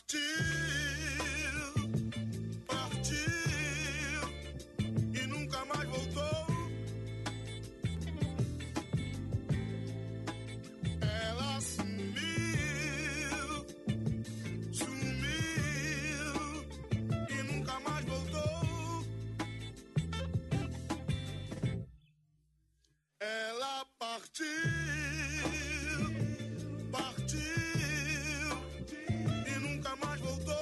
partiu, partiu e nunca mais voltou. Ela sumiu, sumiu e nunca mais voltou. Ela partiu, partiu e nunca mais voltou.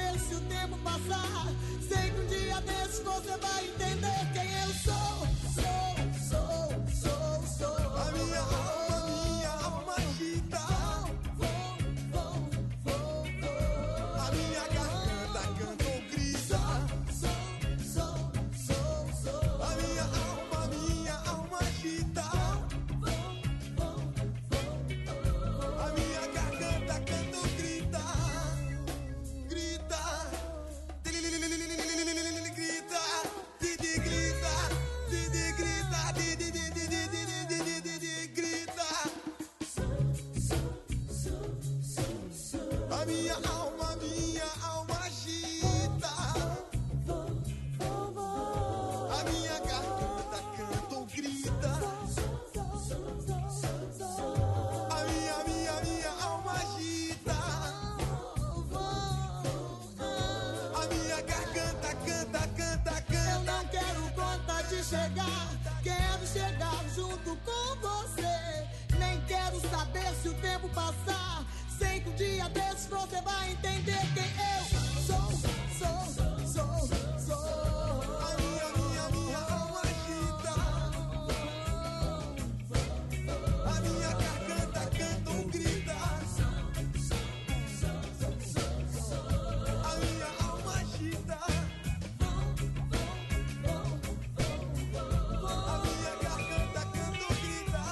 saber se o tempo passar. Sei que um dia desses você vai entender quem eu sou. A minha alma agita. A minha garganta canta ou grita. A minha alma agita. A minha garganta canta ou grita. Grita. Grita. Didi grita. Didi grita. Didi grita. A minha alma agita. A minha garganta canta ou grita. A minha alma agita. A minha garganta canta. Eu não quero conta de chegar, quero chegar junto com você. Nem quero saber se o tempo passar. Sei que um dia desses você vai entender quem eu sou. A minha alma agita. A minha garganta canta ou grita. A minha alma agita. A minha garganta canta ou grita.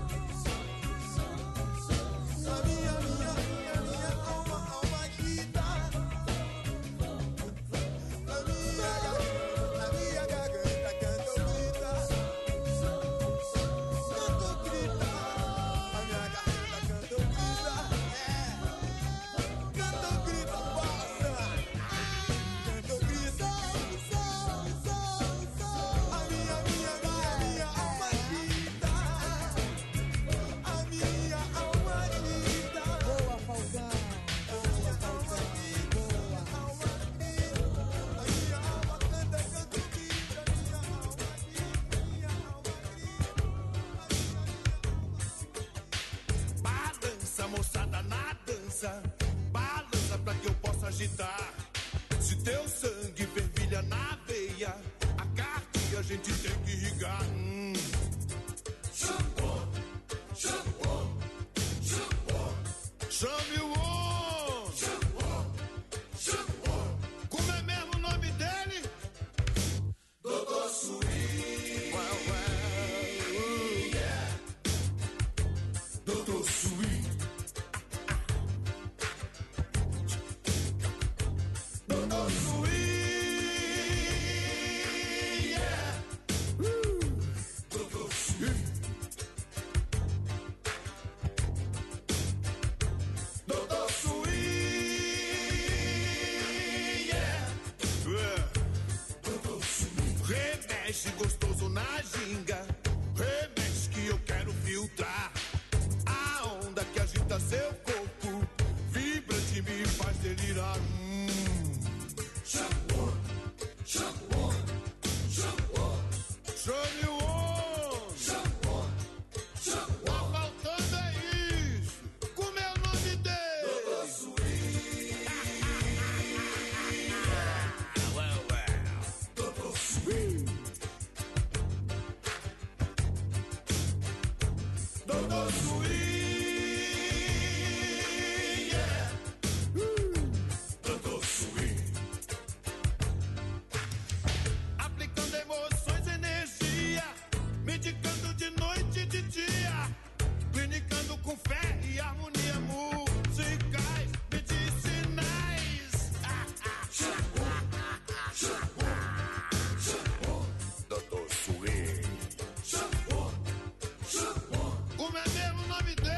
A minha alma agita. A minha garganta canta ou grita. Canta ou grita. A minha garganta canta ou grita. Canta ou grita, passa. Canta ou grita. A minha alma agita. A minha alma agita. Boa, Falcão. Balança, moçada, na dança. Balança pra que eu possa agitar. Se teu sangue fervilha na veia, a carne a gente tem que irrigar. Chame o on. Como é mesmo o nome dele? Dr. Sweet. Dr. Sweet. Dr. Sweet. Dr. Sweet. Dr. Sweet. Dr. Sweet. Remexe gostoso na ginga. Remexe que eu quero filtrar. A onda que agita seu corpo, vibrante me faz delirar. Shampoo. Chame o on. Tá faltando é isso. Como é o nome dele? Dr. Sweet. Dr. Sweet. Dr. Sweet. Dr. Sweet. Aplicando emoções, energia, medicando de noite e de dia, clinicando com fé e harmonia, musicais, medicinais. Dr. Sweet. Como é mesmo o nome dele?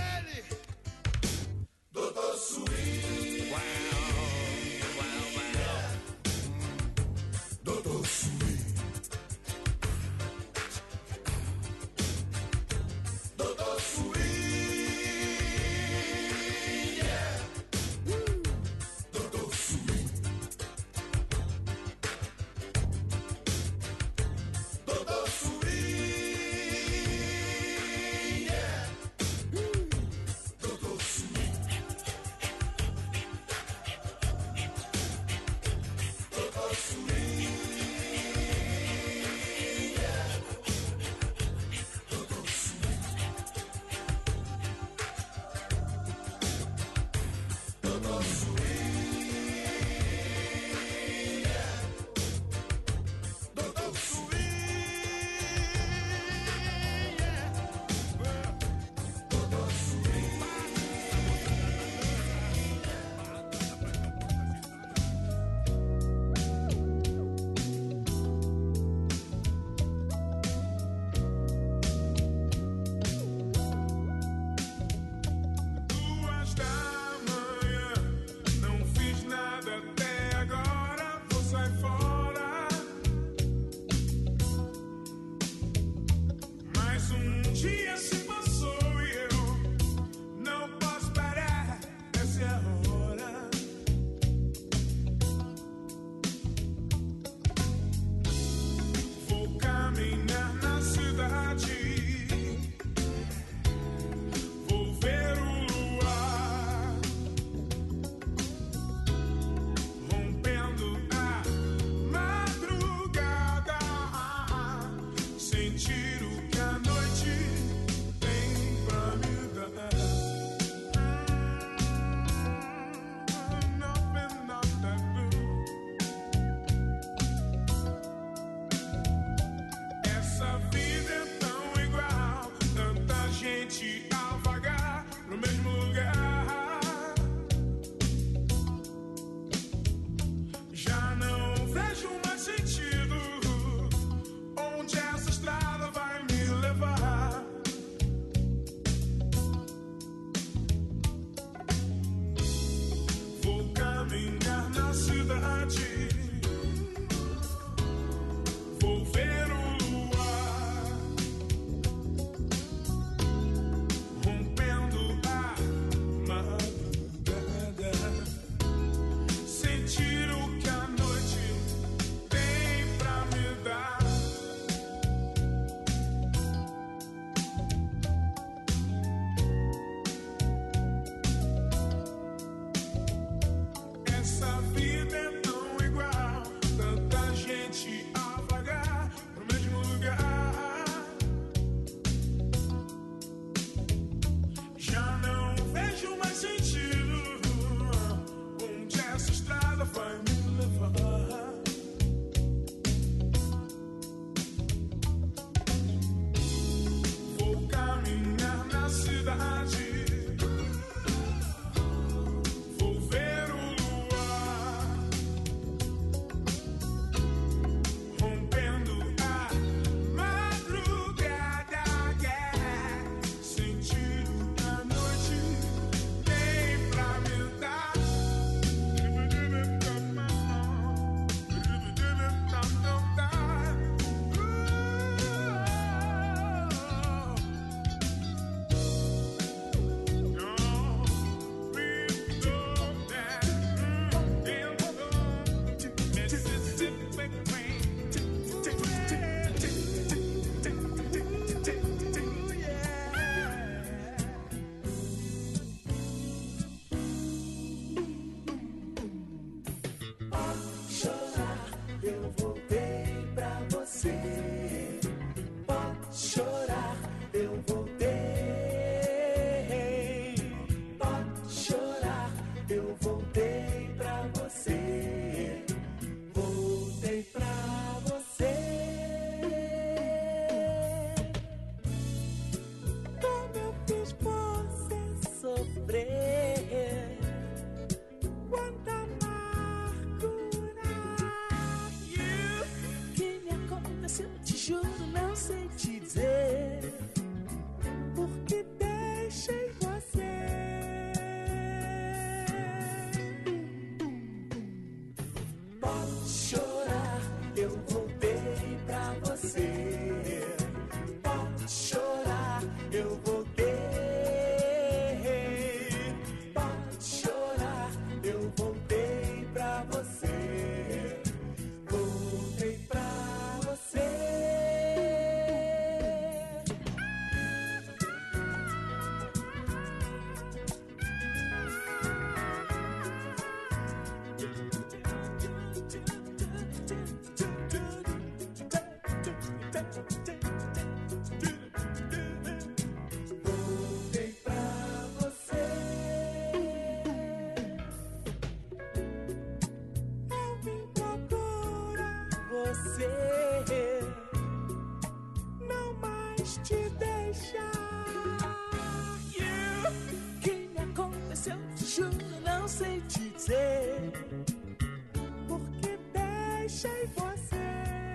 deixei você.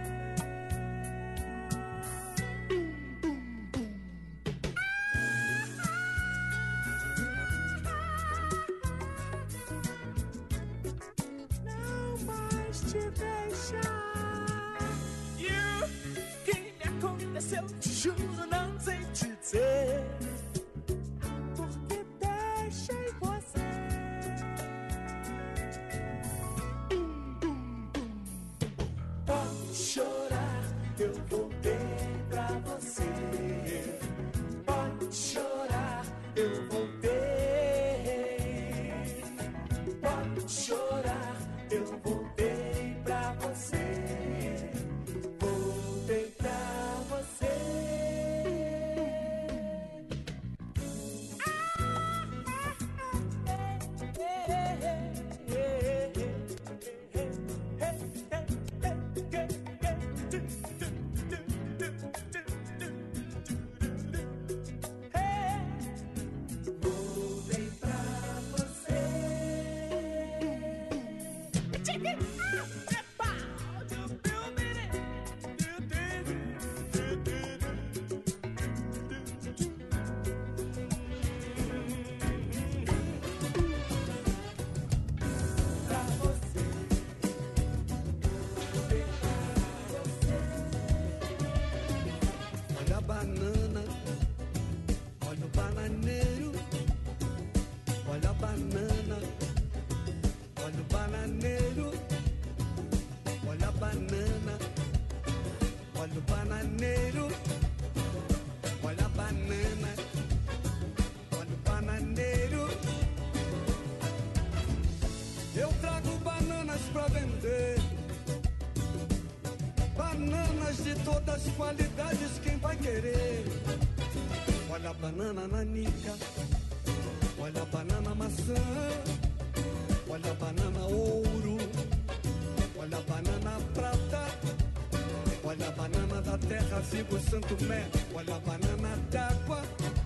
Não mais te deixar. E o que me aconteceu, te juro, não sei te dizer. Porque deixei você. Pode chorar, eu voltei pra você. Pode chorar, eu voltei. Pode chorar, eu voltei pra você. Voltei pra você. Voltei pra você. Olha a banana, olha o bananeiro. Olha a banana, olha o bananeiro. Olha a banana, olha o bananeiro. Olha a banana, olha o bananeiro. Eu trago bananas pra vender. Bananas de todas as qualidades, quem vai querer? Olha a banana nanica, olha a banana maçã, olha a banana ouro, olha a banana prata, olha a banana da terra, Vigo, Santo Mé, olha a banana d'água.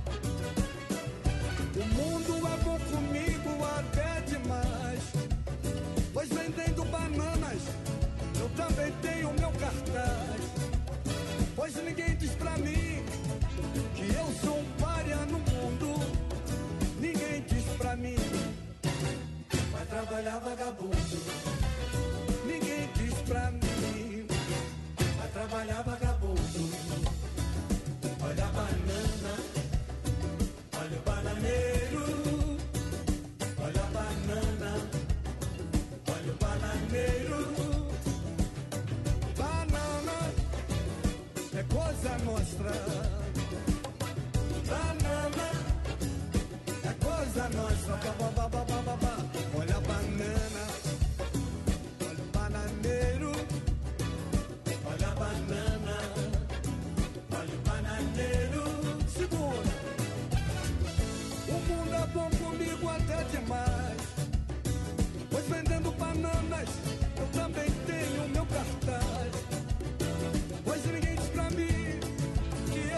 O mundo é bom comigo até demais, pois vendendo bananas eu também tenho meu cartaz. Pois ninguém diz pra mim que eu sou um pária no mundo. Ninguém diz pra mim, vai trabalhar vagabundo. Ninguém diz pra mim, vai trabalhar vagabundo. Olha a banana, olha o bananeiro. Olha a banana, olha o bananeiro. É coisa nostra. Banana é coisa nostra. Ba, ba, ba, ba, ba, ba. Olha a banana, olha o bananeiro. Olha a banana, olha o bananeiro. Segura. O mundo é bom comigo até demais, pois vendendo bananas eu também tenho meu cartaz. Pois ninguém diz pra mim que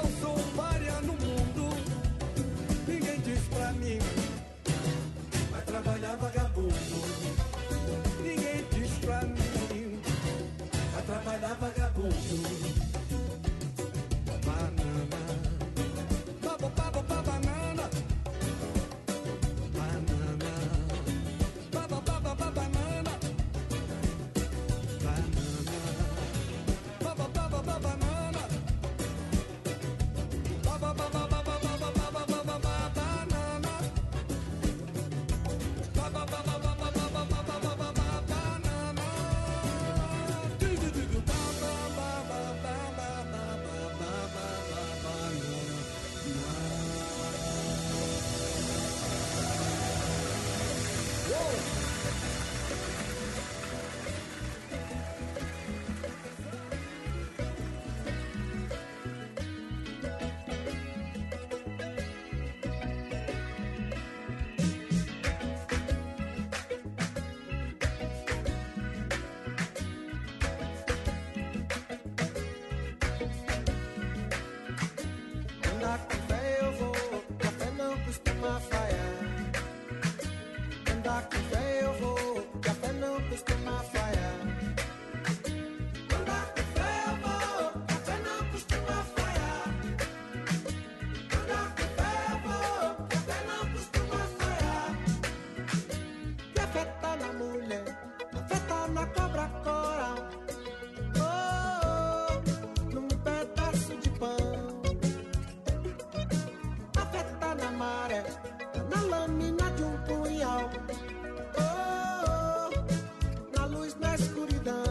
escuridão.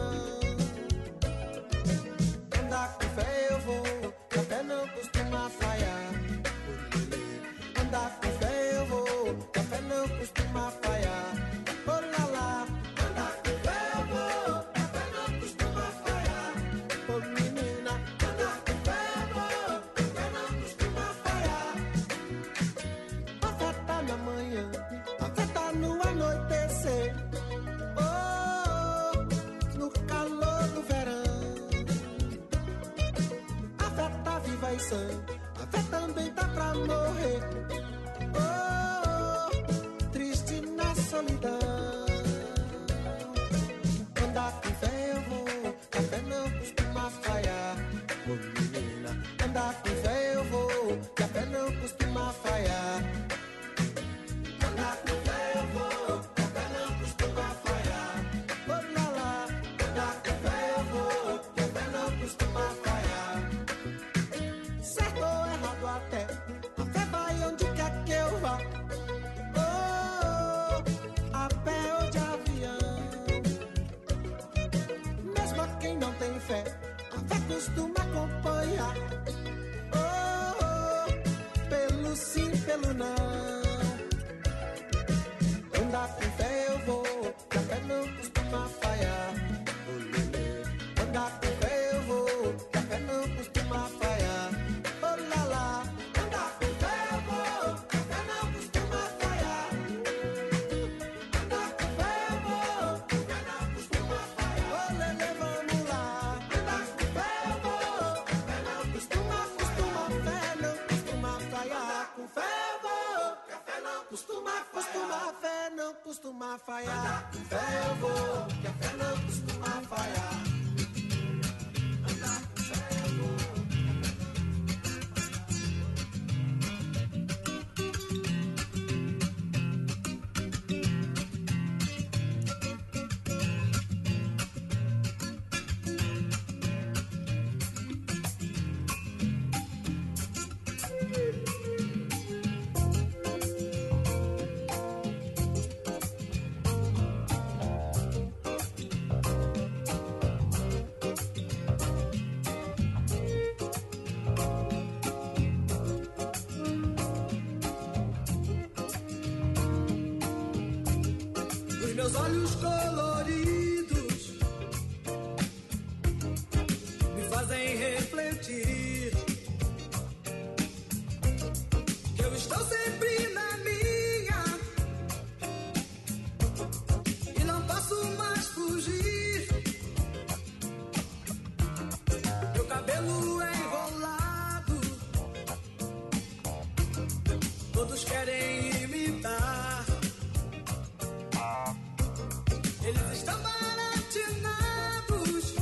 Andar com fé eu vou, que a fé não costuma falhar. Andar com fé eu vou, que a fé não costuma falhar. Oh lá lá, andar com fé eu vou, que a fé não costuma falhar. Oh menina, andar com fé eu vou, que a fé não costuma falhar. A fé tá na manhã, a fé tá no anoitecer. Oh, no calor do verão. A fé tá viva e sã, a fé também tá pra morrer. Oh, triste na solidão. Andar com fé eu vou, a fé não costuma falhar. Oh menina, andar com fé eu vou, que a fé não costuma falhar. Andar com fé eu vou, que a fé não costuma falhar. Oh lá lá, andar com fé eu vou, que a fé não costuma falhar. Certo ou errado até, a fé vai onde quer que eu vá. Oh, a pé ou de avião. Mesmo a quem não tem fé, a fé costuma acompanhar. Oh, pelo sim, pelo não. Andar com fé eu vou, que a fé não costuma falhar. Oh, lelê. Andar com fé eu vou, que a fé não costuma falhar. Oh lá lá, andar com fé eu vou, que a fé não costuma falhar. Andar com fé eu vou, que a fé não costuma falhar. Oh lelê, vamos lá. Andar com fé eu vou, que a fé não costuma falhar. Com fé eu vou, que a fé não costuma falhar. A fé não costuma falhar. Com fé eu vou, que a fé não costuma falhar. Andar com fé eu vou. Os meus olhos coloridos me fazem refletir que eu estou sempre na minha e não posso mais fugir. Meu cabelo é enrolado, todos querem imitar. Eles estão baratinados,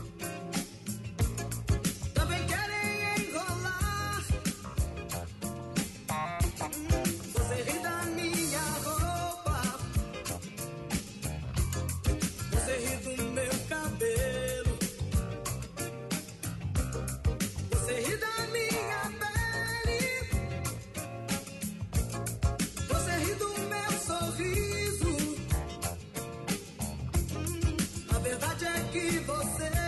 também querem enrolar. Você ri da minha roupa, você ri do meu cabelo, você ri da minha pele, você ri do meu sorriso. A verdade é que você